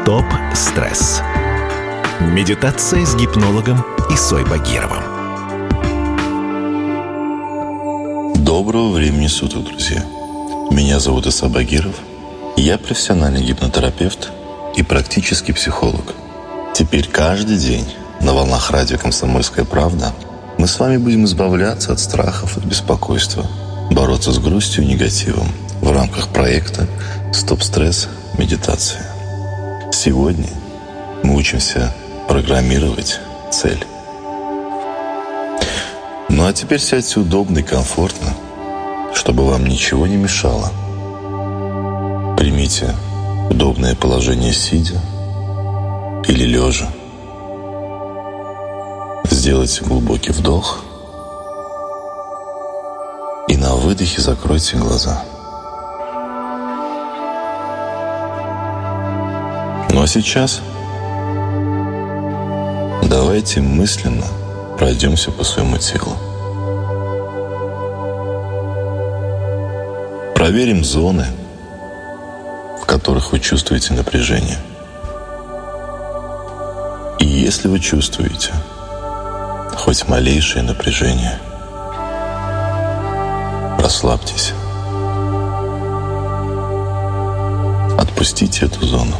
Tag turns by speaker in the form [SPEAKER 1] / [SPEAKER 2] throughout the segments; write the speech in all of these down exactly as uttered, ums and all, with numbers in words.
[SPEAKER 1] Стоп-стресс. Медитация с гипнологом Исой Багировым.
[SPEAKER 2] Доброго времени суток, друзья. Меня зовут Иса Багиров. Я профессиональный гипнотерапевт и практический психолог. Теперь каждый день на волнах радио «Комсомольская правда» мы с вами будем избавляться от страхов, от беспокойства, бороться с грустью и негативом в рамках проекта «Стоп-стресс. Медитация». Сегодня мы учимся программировать цель. Ну а теперь сядьте удобно и комфортно, чтобы вам ничего не мешало. Примите удобное положение сидя или лежа. Сделайте глубокий вдох и на выдохе закройте глаза. Ну а сейчас давайте мысленно пройдемся по своему телу. Проверим зоны, в которых вы чувствуете напряжение. И если вы чувствуете хоть малейшее напряжение, расслабьтесь. Отпустите эту зону.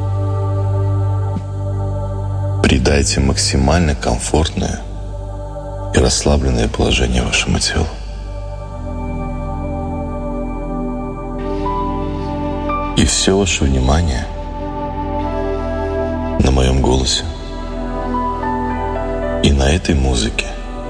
[SPEAKER 2] Придайте максимально комфортное и расслабленное положение вашему телу. И все ваше внимание на моем голосе и на этой музыке,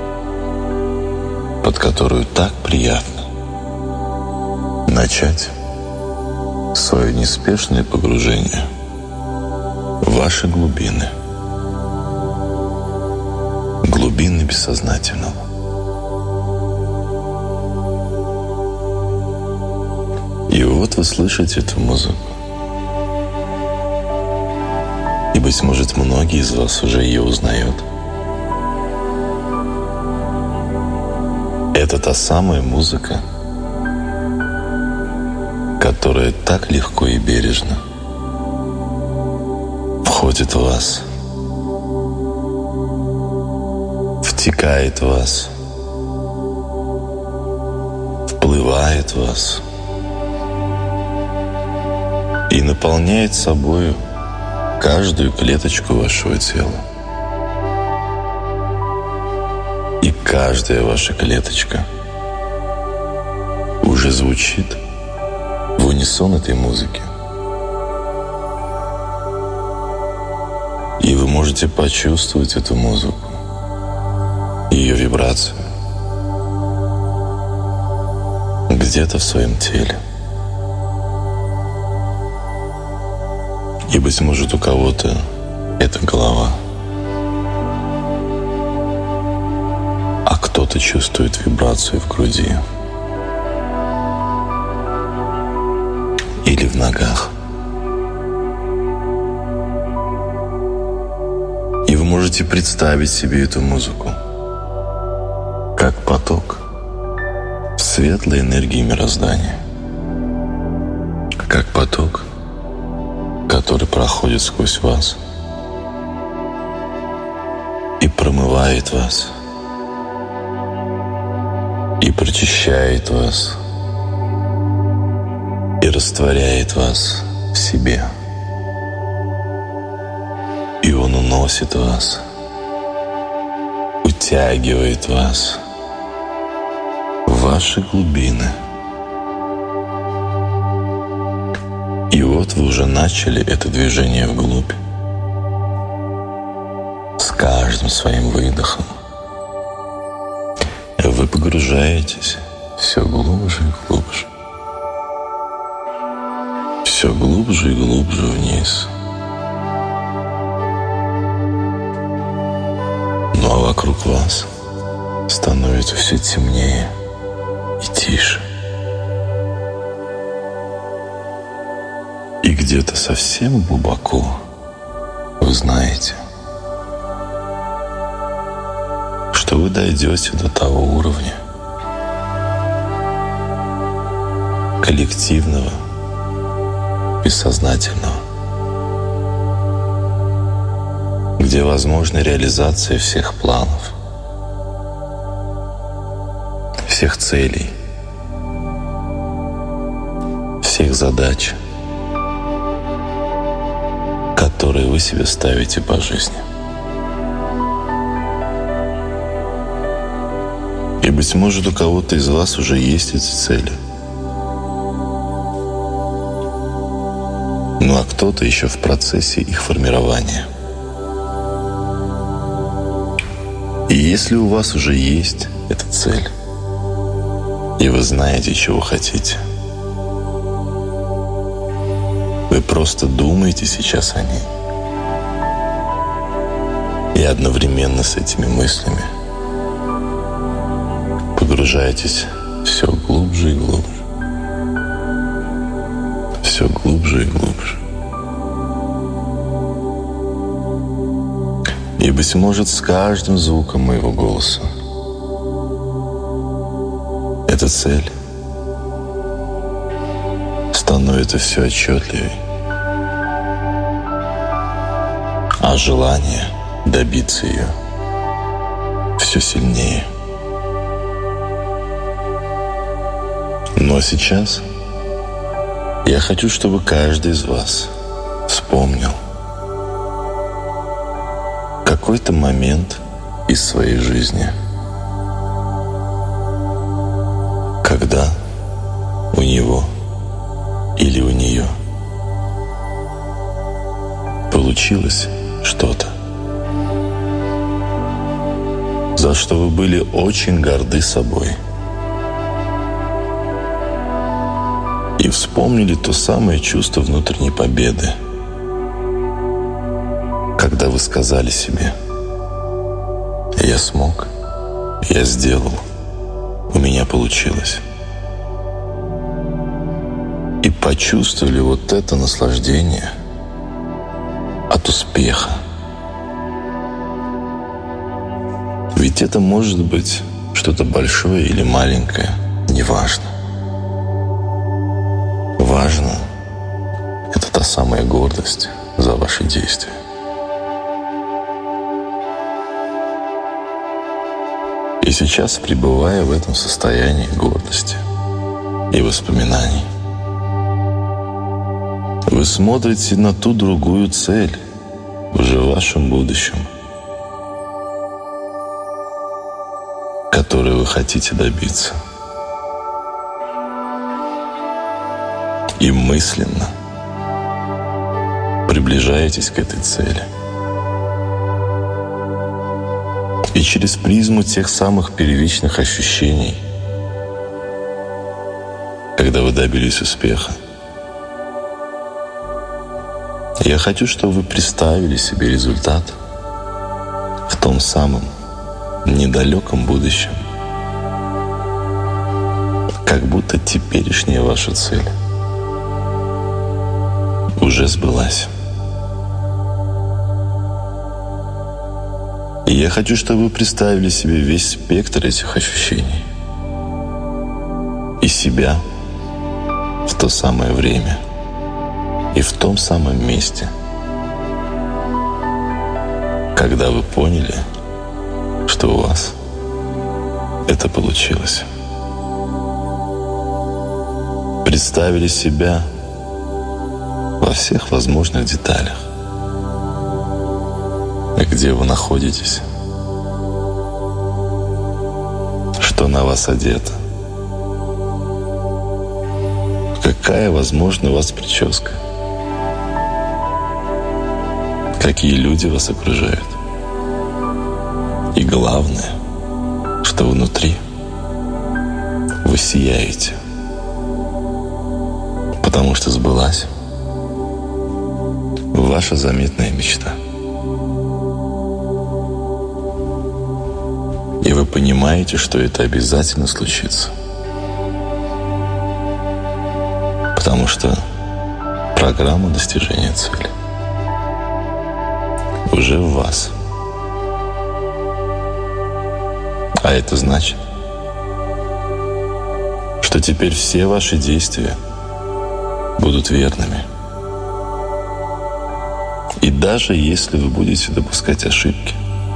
[SPEAKER 2] под которую так приятно начать свое неспешное погружение в ваши глубины. Глубины бессознательного. И вот вы слышите эту музыку. И, быть может, многие из вас уже ее узнают. Это та самая музыка, которая так легко и бережно входит в вас, втекает в вас, вплывает в вас и наполняет собою каждую клеточку вашего тела. И каждая ваша клеточка уже звучит в унисон этой музыки. И вы можете почувствовать эту музыку, ее вибрацию где-то в своем теле. И, быть может, у кого-то это голова, а кто-то чувствует вибрацию в груди или в ногах. И вы можете представить себе эту музыку как поток светлой энергии мироздания, как поток, который проходит сквозь вас и промывает вас, и прочищает вас, и растворяет вас в себе. И он уносит вас, утягивает вас в ваши глубины. И вот вы уже начали это движение вглубь. С каждым своим выдохом вы погружаетесь все глубже и глубже. Все глубже и глубже вниз. Ну а вокруг вас становится все темнее и тише. И где-то совсем глубоко вы знаете, что вы дойдете до того уровня коллективного, бессознательного, где возможна реализация всех планов, всех целей, всех задач, которые вы себе ставите по жизни. И, быть может, у кого-то из вас уже есть эти цели. Ну а кто-то еще в процессе их формирования. И если у вас уже есть эта цель, и вы знаете, чего хотите, вы просто думаете сейчас о ней. И одновременно с этими мыслями погружаетесь все глубже и глубже. Все глубже и глубже. И, быть может, с каждым звуком моего голоса эта цель становится все отчетливее, а желание добиться ее все сильнее. Но сейчас я хочу, чтобы каждый из вас вспомнил какой-то момент из своей жизни, когда у него или у нее получилось что-то, за что вы были очень горды собой, и вспомнили то самое чувство внутренней победы, когда вы сказали себе: «Я смог, я сделал, у меня получилось». И почувствовали вот это наслаждение от успеха. Ведь это может быть что-то большое или маленькое, неважно. Важно — это та самая гордость за ваши действия. И сейчас, пребывая в этом состоянии гордости и воспоминаний, вы смотрите на ту другую цель уже в вашем будущем, которой вы хотите добиться. И мысленно приближаетесь к этой цели. И через призму тех самых первичных ощущений, когда вы добились успеха, я хочу, чтобы вы представили себе результат в том самом недалеком будущем, как будто теперешняя ваша цель уже сбылась. И я хочу, чтобы вы представили себе весь спектр этих ощущений и себя в то самое время и в том самом месте, когда вы поняли, что у вас это получилось. Представили себя во всех возможных деталях. Где вы находитесь, что на вас одето, какая, возможно, у вас прическа, какие люди вас окружают. И главное, что внутри вы сияете, потому что сбылась ваша заветная мечта. И вы понимаете, что это обязательно случится. Потому что программа достижения цели уже в вас. А это значит, что теперь все ваши действия будут верными. И даже если вы будете допускать ошибки,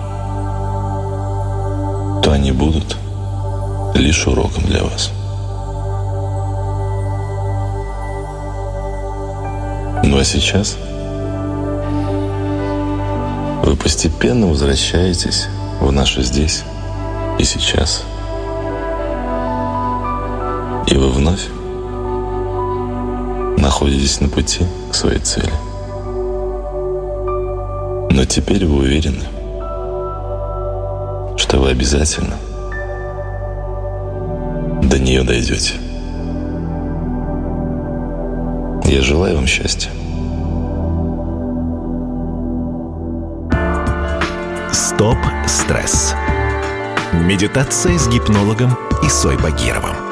[SPEAKER 2] то они будут лишь уроком для вас. Ну а сейчас вы постепенно возвращаетесь в наше здесь и сейчас. И вы вновь находитесь на пути к своей цели. Но теперь вы уверены, что вы обязательно до нее дойдете. Я желаю вам счастья.
[SPEAKER 1] Стоп-стресс. Медитация с гипнологом Исой Багировым.